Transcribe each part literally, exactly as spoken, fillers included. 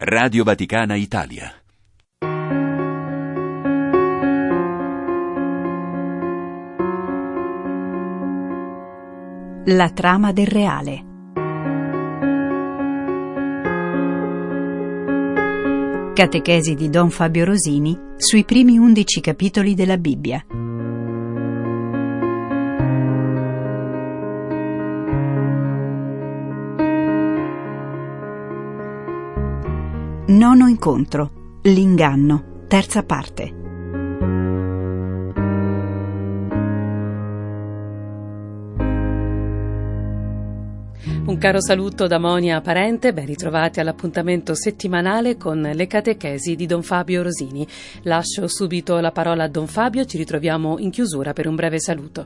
Radio Vaticana Italia. La trama del reale. Catechesi di Don Fabio Rosini sui primi undici capitoli della Bibbia. Nono incontro. L'inganno. Terza parte. Un caro saluto da Monia Parente, ben ritrovati all'appuntamento settimanale con le catechesi di Don Fabio Rosini. Lascio subito la parola a Don Fabio, ci ritroviamo in chiusura per un breve saluto.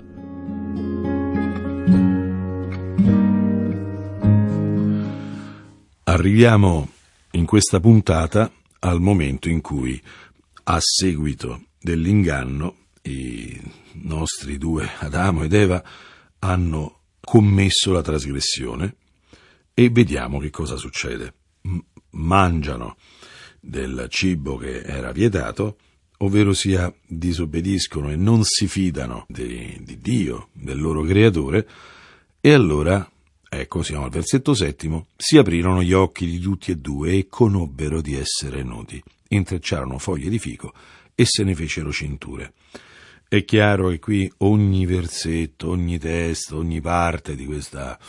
Arriviamo in questa puntata al momento in cui, a seguito dell'inganno, i nostri due Adamo ed Eva hanno commesso la trasgressione e vediamo che cosa succede. M- mangiano del cibo che era vietato, ovvero sia disobbediscono e non si fidano di, di Dio, del loro creatore, e allora, ecco, siamo al versetto settimo, si aprirono gli occhi di tutti e due e conobbero di essere nudi, intrecciarono foglie di fico e se ne fecero cinture. È chiaro che qui ogni versetto, ogni testo, ogni parte di questa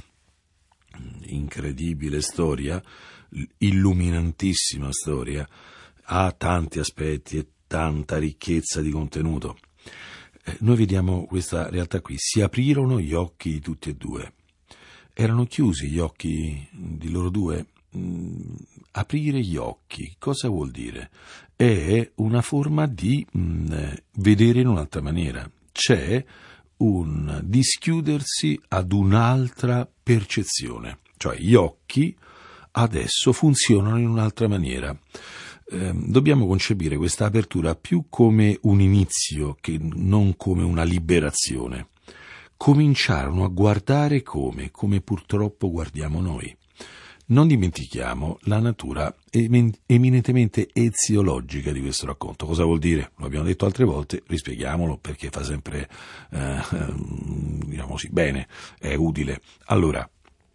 incredibile storia, illuminantissima storia, ha tanti aspetti e tanta ricchezza di contenuto. Eh, noi vediamo questa realtà qui, si aprirono gli occhi di tutti e due. Erano chiusi gli occhi di loro due? Mm, aprire gli occhi, cosa vuol dire? È una forma di mh, vedere in un'altra maniera. C'è un dischiudersi ad un'altra percezione. Cioè gli occhi adesso funzionano in un'altra maniera. Eh, dobbiamo concepire questa apertura più come un inizio che non come una liberazione. Cominciarono a guardare come, come purtroppo guardiamo noi. Non dimentichiamo la natura eminentemente eziologica di questo racconto. Cosa vuol dire? Lo abbiamo detto altre volte, rispieghiamolo perché fa sempre, eh, diciamo così, bene, è utile. Allora,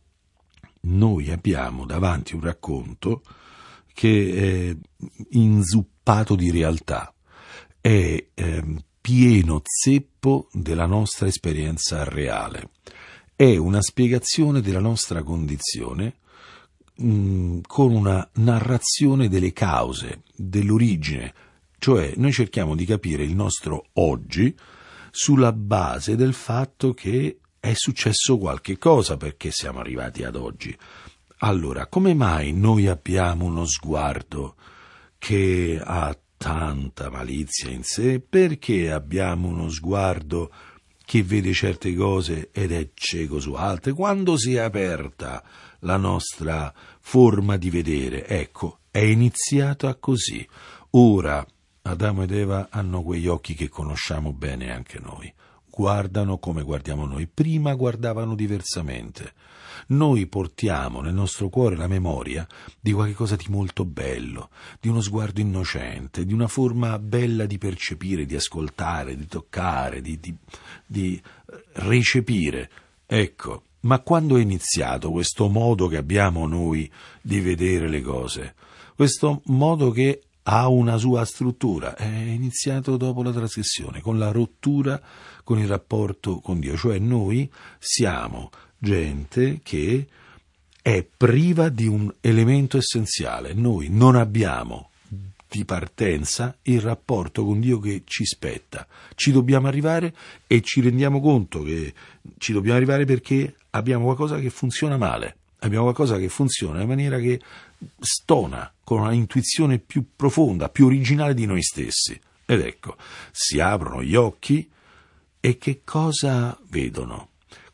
noi abbiamo davanti un racconto che è inzuppato di realtà, è eh, pieno zeppo della nostra esperienza reale, è una spiegazione della nostra condizione mh, con una narrazione delle cause, dell'origine, cioè noi cerchiamo di capire il nostro oggi sulla base del fatto che è successo qualche cosa perché siamo arrivati ad oggi. Allora, come mai noi abbiamo uno sguardo che ha tanta malizia in sé? Perché abbiamo uno sguardo che vede certe cose ed è cieco su altre? Quando si è aperta la nostra forma di vedere? Ecco, è iniziata così. Ora Adamo ed Eva hanno quegli occhi che conosciamo bene anche noi. Guardano come guardiamo noi. Prima guardavano diversamente. Noi portiamo nel nostro cuore la memoria di qualche cosa di molto bello, di uno sguardo innocente, di una forma bella di percepire, di ascoltare, di toccare, di, di, di recepire. Ecco, ma quando è iniziato questo modo che abbiamo noi di vedere le cose? Questo modo che ha una sua struttura, è iniziato dopo la trasgressione, con la rottura con il rapporto con Dio, cioè noi siamo gente che è priva di un elemento essenziale, noi non abbiamo di partenza il rapporto con Dio che ci spetta, ci dobbiamo arrivare e ci rendiamo conto che ci dobbiamo arrivare perché abbiamo qualcosa che funziona male, abbiamo qualcosa che funziona in maniera che stona con una intuizione più profonda, più originale di noi stessi. Ed ecco, si aprono gli occhi e che cosa vedono?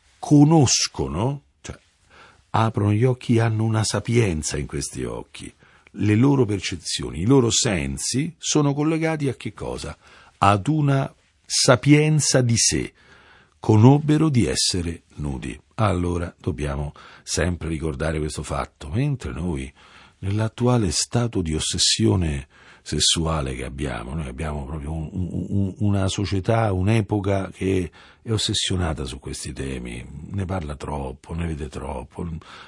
Conoscono, cioè aprono gli occhi, hanno una sapienza in questi occhi. Le loro percezioni, i loro sensi sono collegati a che cosa? Ad una sapienza di sé. Conobbero di essere nudi. Allora dobbiamo sempre ricordare questo fatto. Mentre noi nell'attuale stato di ossessione sessuale che abbiamo. Noi abbiamo proprio un, un, una società, un'epoca che è ossessionata su questi temi, ne parla troppo, ne vede troppo,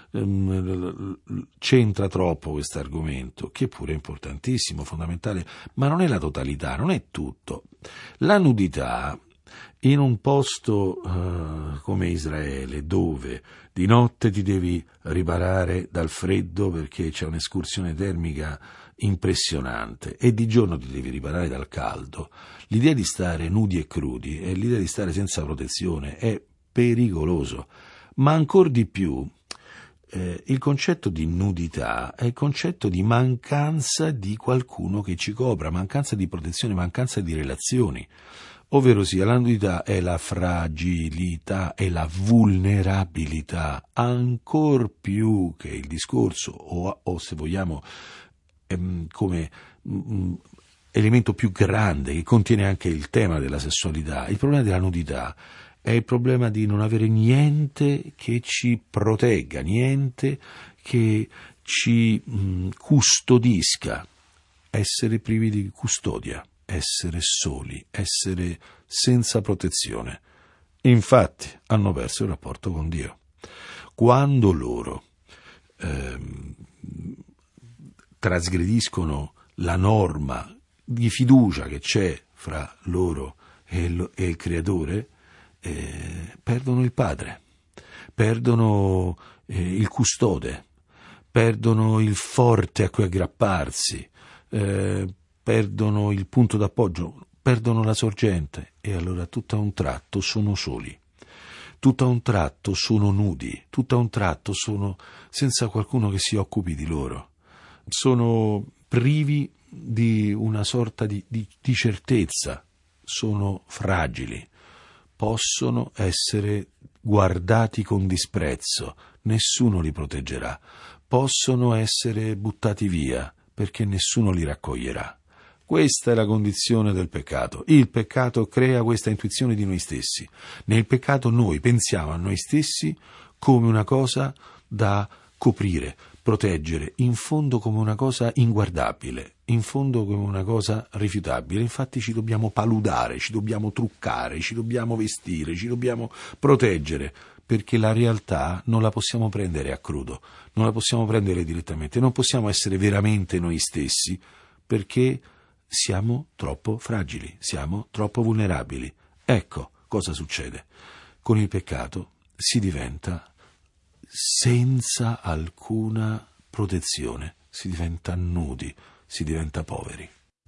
c'entra troppo questo argomento, che pure è importantissimo, fondamentale, ma non è la totalità, non è tutto. La nudità in un posto uh, come Israele, dove di notte ti devi riparare dal freddo perché c'è un'escursione termica impressionante e di giorno ti devi riparare dal caldo, l'idea di stare nudi e crudi e l'idea di stare senza protezione è pericoloso, ma ancor di più eh, il concetto di nudità è il concetto di mancanza di qualcuno che ci copra, mancanza di protezione, mancanza di relazioni. Ovvero sia, la nudità è la fragilità, è la vulnerabilità, ancor più che il discorso, o, o se vogliamo, ehm, come mh, elemento più grande, che contiene anche il tema della sessualità. Il problema della nudità è il problema di non avere niente che ci protegga, niente che ci mh, custodisca, essere privi di custodia. Essere soli, essere senza protezione. Infatti hanno perso il rapporto con Dio. Quando loro ehm, trasgrediscono la norma di fiducia che c'è fra loro e il, e il Creatore, eh, perdono il Padre, perdono eh, il custode, perdono il forte a cui aggrapparsi, eh, perdono il punto d'appoggio, perdono la sorgente e allora tutto a un tratto sono soli, tutto a un tratto sono nudi, tutto a un tratto sono senza qualcuno che si occupi di loro, sono privi di una sorta di, di, di certezza, sono fragili, possono essere guardati con disprezzo, nessuno li proteggerà, possono essere buttati via perché nessuno li raccoglierà. Questa è la condizione del peccato. Il peccato crea questa intuizione di noi stessi. Nel peccato noi pensiamo a noi stessi come una cosa da coprire, proteggere, in fondo come una cosa inguardabile, in fondo come una cosa rifiutabile. Infatti ci dobbiamo paludare, ci dobbiamo truccare, ci dobbiamo vestire, ci dobbiamo proteggere, perché la realtà non la possiamo prendere a crudo, non la possiamo prendere direttamente, non possiamo essere veramente noi stessi, perché siamo troppo fragili, siamo troppo vulnerabili. Ecco cosa succede. Con il peccato si diventa senza alcuna protezione, si diventa nudi, si diventa poveri.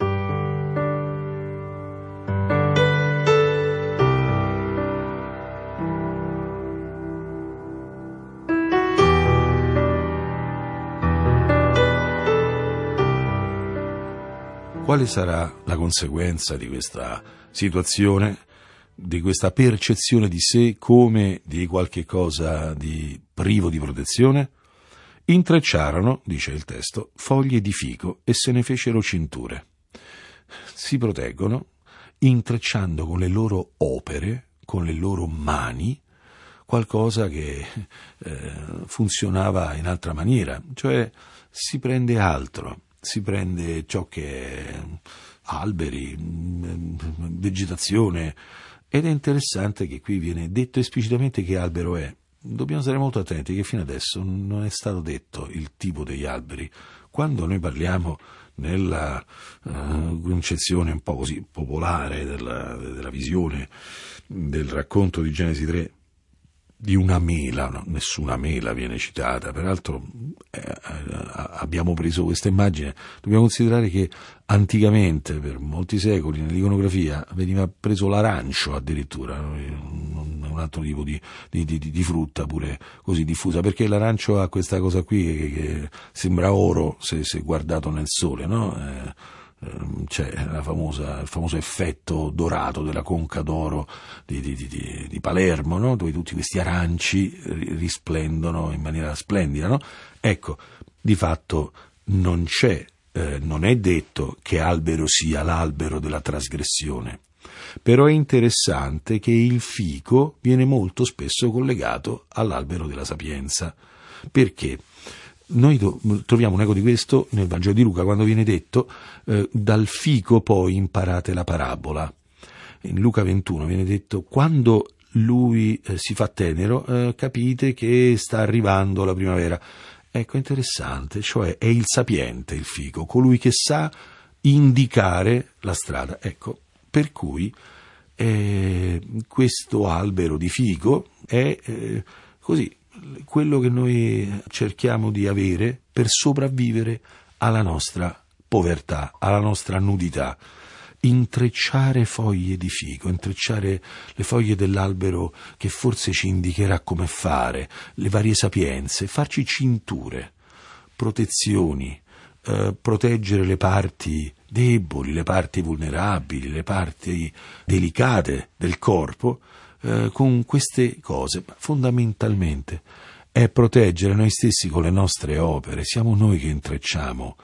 Quale sarà la conseguenza di questa situazione, di questa percezione di sé come di qualche cosa di privo di protezione? Intrecciarono, dice il testo, foglie di fico e se ne fecero cinture. Si proteggono intrecciando con le loro opere, con le loro mani, qualcosa che eh, funzionava in altra maniera, cioè si prende altro. Si prende ciò che è alberi, vegetazione, ed è interessante che qui viene detto esplicitamente che albero è. Dobbiamo stare molto attenti che fino adesso non è stato detto il tipo degli alberi. Quando noi parliamo nella uh, concezione un po' così popolare della, della visione del racconto di Genesi tre, di una mela, no, nessuna mela viene citata, peraltro eh, abbiamo preso questa immagine, dobbiamo considerare che anticamente, per molti secoli, nell'iconografia veniva preso l'arancio addirittura, un altro tipo di, di, di, di frutta pure così diffusa, perché l'arancio ha questa cosa qui che, che sembra oro se, se guardato nel sole, no? Eh, c'è la famosa, il famoso effetto dorato della conca d'oro di, di, di, di Palermo, no? Dove tutti questi aranci risplendono in maniera splendida, no? Ecco, di fatto non c'è, eh, non è detto che albero sia l'albero della trasgressione, però è interessante che il fico viene molto spesso collegato all'albero della sapienza. Perché? Noi do, troviamo un eco di questo nel Vangelo di Luca, quando viene detto eh, dal fico poi imparate la parabola. In Luca ventuno viene detto: quando lui eh, si fa tenero, eh, capite che sta arrivando la primavera. Ecco, interessante, cioè è il sapiente il fico, colui che sa indicare la strada. Ecco, per cui eh, questo albero di fico è eh, così, quello che noi cerchiamo di avere per sopravvivere alla nostra povertà, alla nostra nudità. Intrecciare foglie di fico, intrecciare le foglie dell'albero che forse ci indicherà come fare, le varie sapienze, farci cinture, protezioni, eh, proteggere le parti deboli, le parti vulnerabili, le parti delicate del corpo, eh, con queste cose. Fondamentalmente è proteggere noi stessi con le nostre opere. Siamo noi che intrecciamo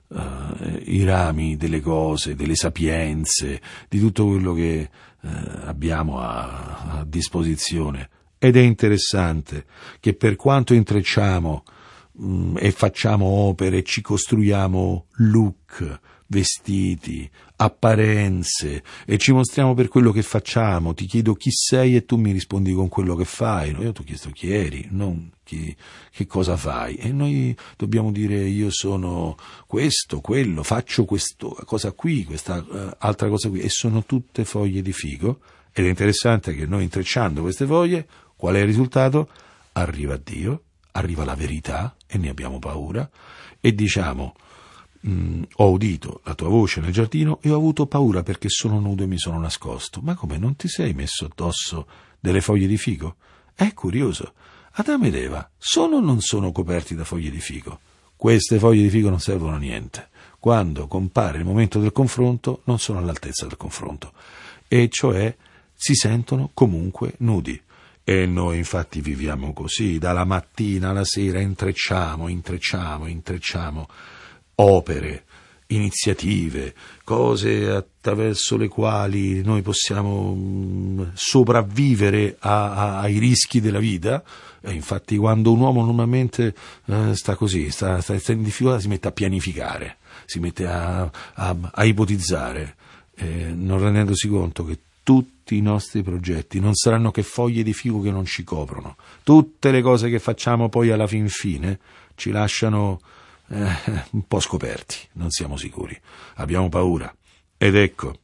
Uh, i rami delle cose, delle sapienze, di tutto quello che uh, abbiamo a, a disposizione. Ed è interessante che per quanto intrecciamo um, e facciamo opere e ci costruiamo look, vestiti, apparenze e ci mostriamo per quello che facciamo, ti chiedo chi sei e tu mi rispondi con quello che fai. Io ti ho chiesto chi eri, non chi, che cosa fai, e noi dobbiamo dire io sono questo, quello, faccio questa cosa qui, questa uh, altra cosa qui, e sono tutte foglie di fico. Ed è interessante che noi intrecciando queste foglie, qual è il risultato? Arriva Dio, arriva la verità e ne abbiamo paura e diciamo: Mm, ho udito la tua voce nel giardino e ho avuto paura perché sono nudo e mi sono nascosto. Ma come, non ti sei messo addosso delle foglie di fico? È curioso. Adamo ed Eva sono o non sono coperti da foglie di fico? Queste foglie di fico non servono a niente. Quando compare il momento del confronto non sono all'altezza del confronto, e cioè si sentono comunque nudi. E noi infatti viviamo così, dalla mattina alla sera intrecciamo, intrecciamo, intrecciamo opere, iniziative, cose attraverso le quali noi possiamo mh, sopravvivere a, a, ai rischi della vita. E infatti quando un uomo normalmente eh, sta così, sta, sta, sta in difficoltà, si mette a pianificare, si mette a, a, a ipotizzare, eh, non rendendosi conto che tutti i nostri progetti non saranno che foglie di fico che non ci coprono. Tutte le cose che facciamo poi alla fin fine ci lasciano Eh, un po' scoperti, non siamo sicuri, abbiamo paura. Ed ecco,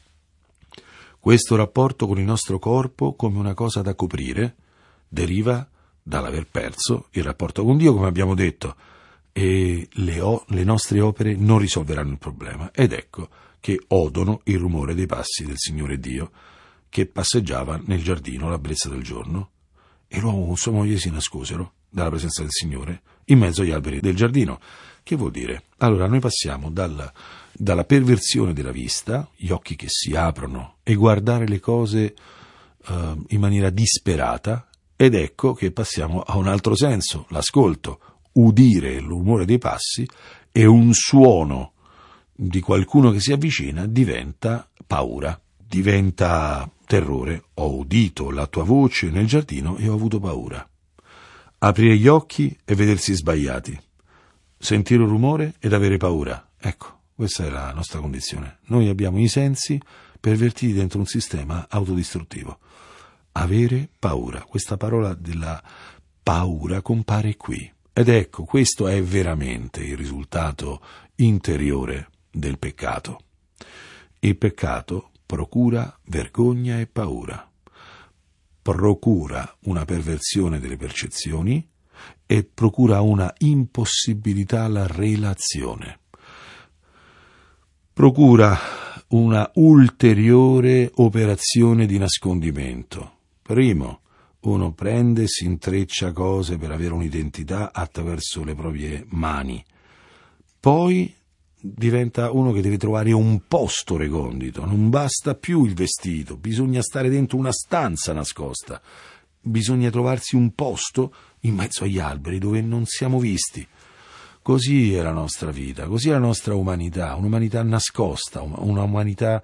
questo rapporto con il nostro corpo come una cosa da coprire deriva dall'aver perso il rapporto con Dio, come abbiamo detto, e le, o- le nostre opere non risolveranno il problema. Ed ecco che odono il rumore dei passi del Signore Dio che passeggiava nel giardino alla bellezza del giorno, e l'uomo con sua moglie si nascosero dalla presenza del Signore in mezzo agli alberi del giardino. Che vuol dire? Allora noi passiamo dalla, dalla perversione della vista, gli occhi che si aprono e guardare le cose uh, in maniera disperata, ed ecco che passiamo a un altro senso, l'ascolto, udire il rumore dei passi, e un suono di qualcuno che si avvicina diventa paura, diventa terrore. Ho udito la tua voce nel giardino e ho avuto paura. Aprire gli occhi e vedersi sbagliati, sentire un rumore ed avere paura. Ecco, questa è la nostra condizione. Noi abbiamo i sensi pervertiti dentro un sistema autodistruttivo. Avere paura. Questa parola della paura compare qui. Ed ecco, questo è veramente il risultato interiore del peccato. Il peccato procura vergogna e paura. Procura una perversione delle percezioni e procura una impossibilità alla relazione. Procura una ulteriore operazione di nascondimento. Primo, uno prende e si intreccia cose per avere un'identità attraverso le proprie mani. Poi diventa uno che deve trovare un posto recondito, non basta più il vestito, bisogna stare dentro una stanza nascosta, bisogna trovarsi un posto in mezzo agli alberi dove non siamo visti. Così è la nostra vita, così è la nostra umanità, un'umanità nascosta, una umanità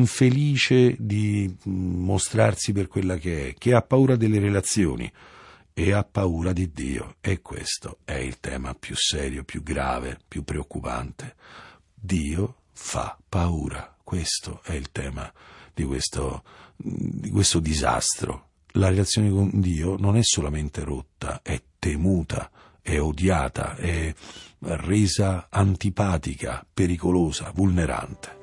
infelice di mostrarsi per quella che è, che ha paura delle relazioni. e ha paura di Dio. E questo è il tema più serio, più grave, più preoccupante. Dio fa paura. Questo è il tema di questo, di questo disastro. La relazione con Dio non è solamente rotta, è temuta, è odiata, è resa antipatica, pericolosa, vulnerante.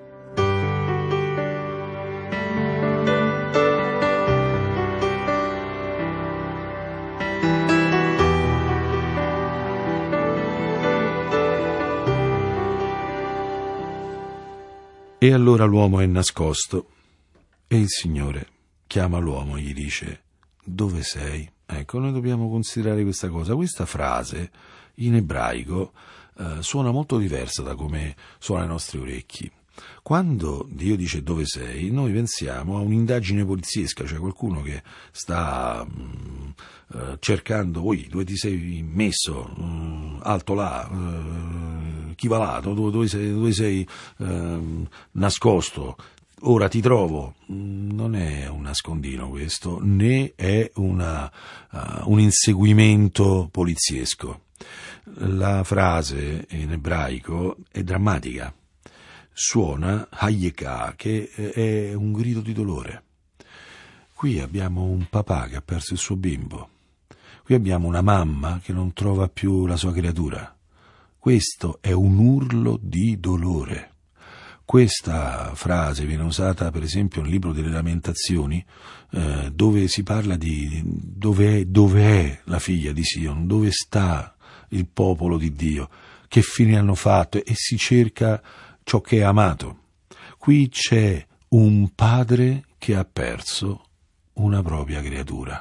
E allora l'uomo è nascosto e il Signore chiama l'uomo e gli dice: dove sei? Ecco, noi dobbiamo considerare questa cosa. Questa frase in ebraico eh, suona molto diversa da come suona ai nostri orecchi. Quando Dio dice dove sei, noi pensiamo a un'indagine poliziesca, cioè qualcuno che sta mh, eh, cercando, voi dove ti sei messo, mh, alto là, eh, chi va là, dove, dove sei, dove sei eh, nascosto, ora ti trovo. Non è un nascondino questo, né è una, uh, un inseguimento poliziesco. La frase in ebraico è drammatica. Suona hayeka, che è un grido di dolore. Qui abbiamo un papà che ha perso il suo bimbo. Qui abbiamo una mamma che non trova più la sua creatura. Questo è un urlo di dolore. Questa frase viene usata per esempio nel libro delle Lamentazioni, eh, dove si parla di dove è, dove è la figlia di Sion, dove sta il popolo di Dio, che fine hanno fatto, e si cerca ciò che è amato. Qui c'è un padre che ha perso una propria creatura.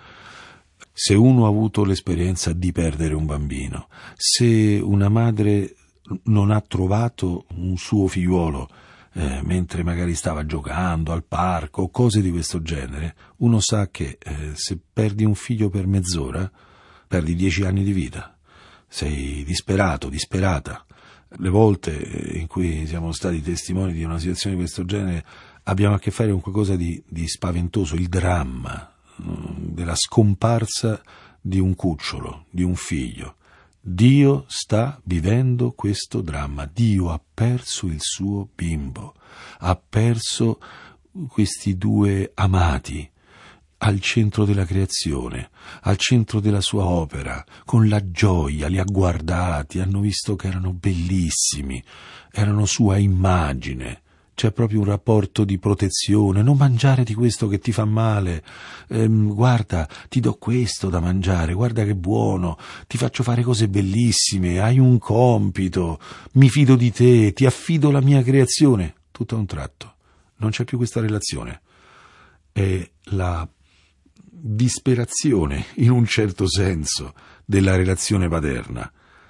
Se uno ha avuto l'esperienza di perdere un bambino, se una madre non ha trovato un suo figliuolo eh, mentre magari stava giocando al parco, cose di questo genere, uno sa che eh, se perdi un figlio per mezz'ora, perdi dieci anni di vita. Sei disperato, disperata. Le volte in cui siamo stati testimoni di una situazione di questo genere abbiamo a che fare con qualcosa di, di spaventoso, il dramma della scomparsa di un cucciolo, di un figlio. Dio sta vivendo questo dramma. Dio ha perso il suo bimbo, ha perso questi due amati al centro della creazione, al centro della sua opera, con la gioia, li ha guardati, hanno visto che erano bellissimi, erano sua immagine. C'è proprio un rapporto di protezione. Non mangiare di questo che ti fa male, ehm, guarda, ti do questo da mangiare, guarda che buono, ti faccio fare cose bellissime, hai un compito, mi fido di te, ti affido la mia creazione. Tutto a un tratto non c'è più questa relazione. È la disperazione, in un certo senso, della relazione paterna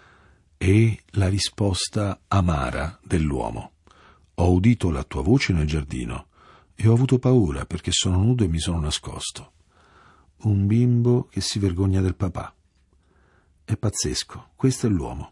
e la risposta amara dell'uomo. Ho udito la tua voce nel giardino e ho avuto paura perché sono nudo e mi sono nascosto. Un bimbo che si vergogna del papà. È pazzesco, questo è l'uomo.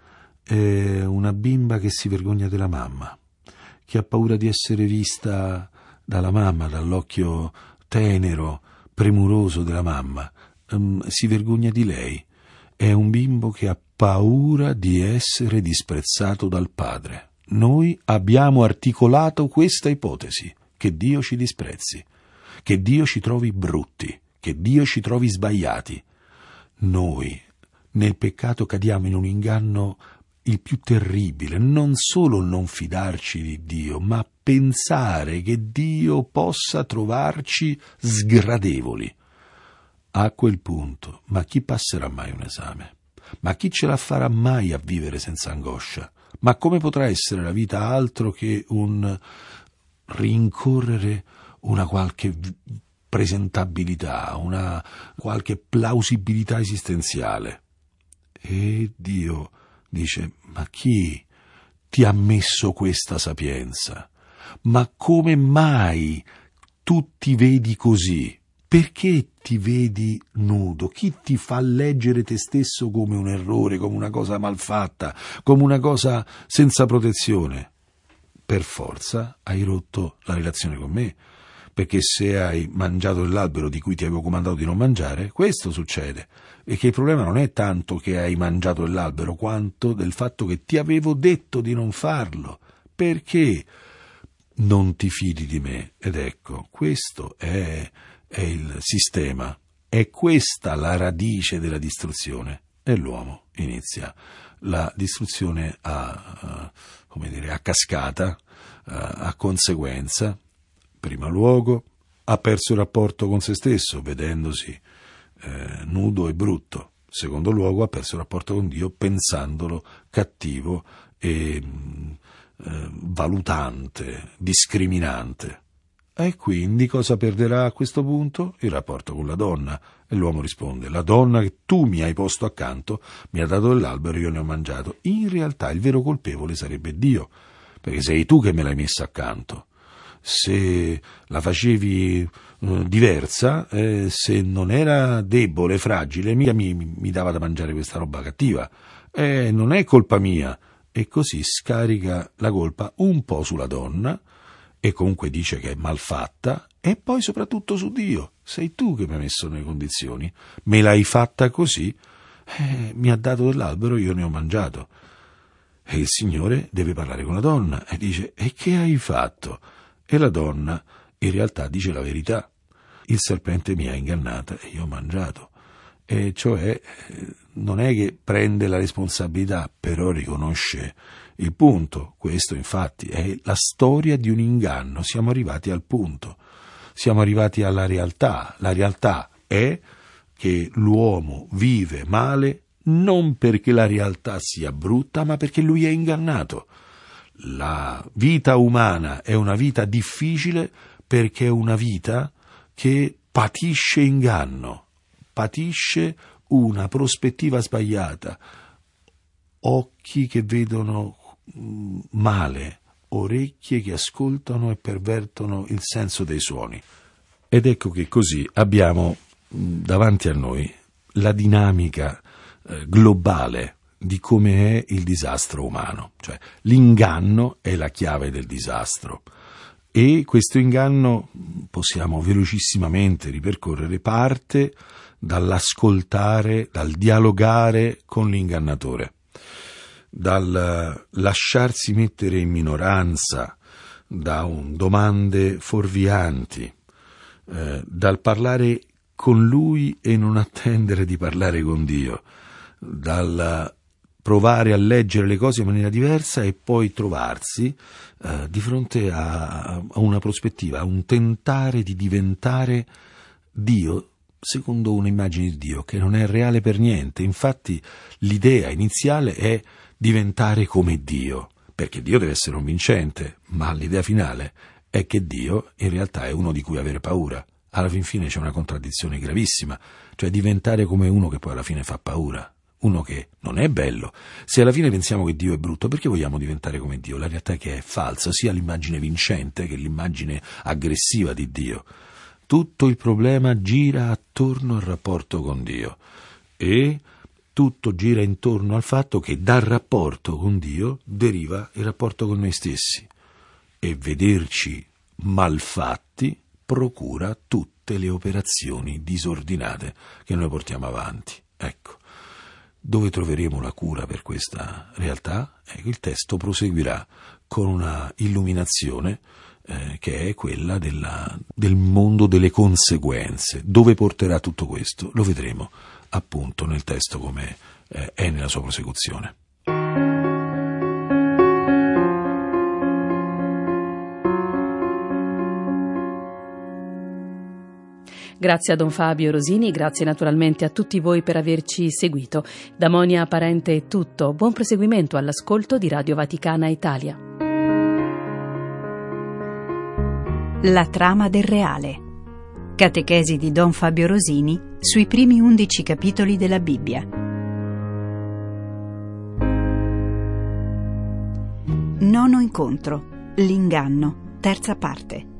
È una bimba che si vergogna della mamma, che ha paura di essere vista dalla mamma, dall'occhio tenero, premuroso della mamma. Um, si vergogna di lei. È un bimbo che ha paura di essere disprezzato dal padre. Noi abbiamo articolato questa ipotesi, che Dio ci disprezzi, che Dio ci trovi brutti, che Dio ci trovi sbagliati. Noi nel peccato cadiamo in un inganno il più terribile, non solo non fidarci di Dio, ma pensare che Dio possa trovarci sgradevoli. A quel punto, ma chi passerà mai un esame? Ma chi ce la farà mai a vivere senza angoscia? Ma come potrà essere la vita altro che un rincorrere una qualche presentabilità, una qualche plausibilità esistenziale? E Dio dice: ma chi ti ha messo questa sapienza? Ma come mai tu ti vedi così? Perché ti vedi nudo? Chi ti fa leggere te stesso come un errore, come una cosa malfatta, come una cosa senza protezione? Per forza hai rotto la relazione con me, perché se hai mangiato dell'albero di cui ti avevo comandato di non mangiare, questo succede. E che il problema non è tanto che hai mangiato dell'albero, quanto del fatto che ti avevo detto di non farlo. Perché non ti fidi di me? Ed ecco, questo è, è il sistema, è questa la radice della distruzione. E l'uomo inizia la distruzione a, a, come dire, a cascata, a, a conseguenza. Primo luogo, ha perso il rapporto con se stesso, vedendosi eh, nudo e brutto. Secondo luogo, ha perso il rapporto con Dio, pensandolo cattivo e eh, valutante, discriminante. E quindi cosa perderà a questo punto? Il rapporto con la donna. E l'uomo risponde: la donna che tu mi hai posto accanto mi ha dato dell'albero e io ne ho mangiato. In realtà il vero colpevole sarebbe Dio, perché sei tu che me l'hai messa accanto. Se la facevi eh, diversa, eh, se non era debole, fragile, mica mi, mi dava da mangiare questa roba cattiva. Eh, non è colpa mia. E così scarica la colpa un po' sulla donna, e comunque dice che è malfatta, e poi soprattutto su Dio. Sei tu che mi hai messo nelle condizioni, me l'hai fatta così, eh, mi ha dato dell'albero, io ne ho mangiato. E il Signore deve parlare con la donna e dice: e che hai fatto? E la donna in realtà dice la verità: il serpente mi ha ingannata e io ho mangiato. E cioè non è che prende la responsabilità, però riconosce il punto. Questo infatti è la storia di un inganno. Siamo arrivati al punto, siamo arrivati alla realtà. La realtà è che l'uomo vive male non perché la realtà sia brutta, ma perché lui è ingannato. La vita umana è una vita difficile perché è una vita che patisce inganno, patisce una prospettiva sbagliata, occhi che vedono male, orecchie che ascoltano e pervertono il senso dei suoni. Ed ecco che così abbiamo davanti a noi la dinamica eh, globale di come è il disastro umano, cioè l'inganno è la chiave del disastro. E questo inganno, possiamo velocissimamente ripercorrere, parte dall'ascoltare, dal dialogare con l'ingannatore, dal lasciarsi mettere in minoranza da un domande fuorvianti, eh, dal parlare con lui e non attendere di parlare con Dio, dal provare a leggere le cose in maniera diversa e poi trovarsi eh, di fronte a, a una prospettiva, a un tentare di diventare Dio secondo un'immagine di Dio che non è reale per niente. Infatti l'idea iniziale è diventare come Dio, perché Dio deve essere un vincente, ma l'idea finale è che Dio in realtà è uno di cui avere paura. Alla fin fine c'è una contraddizione gravissima, cioè diventare come uno che poi alla fine fa paura, uno che non è bello. Se alla fine pensiamo che Dio è brutto, perché vogliamo diventare come Dio? La realtà è che è falsa, sia l'immagine vincente che l'immagine aggressiva di Dio. Tutto il problema gira attorno al rapporto con Dio e tutto gira intorno al fatto che dal rapporto con Dio deriva il rapporto con noi stessi, e vederci malfatti procura tutte le operazioni disordinate che noi portiamo avanti. Ecco, dove troveremo la cura per questa realtà? Ecco, il testo proseguirà con una illuminazione eh, che è quella della, del mondo delle conseguenze. Dove porterà tutto questo? Lo vedremo appunto nel testo come eh, è nella sua prosecuzione. Grazie a Don Fabio Rosini, grazie naturalmente a tutti voi per averci seguito. Da Monia Parente è tutto, buon proseguimento all'ascolto di Radio Vaticana Italia. La trama del reale. Catechesi di Don Fabio Rosini sui primi undici capitoli della Bibbia. Nono incontro. L'inganno. Terza parte.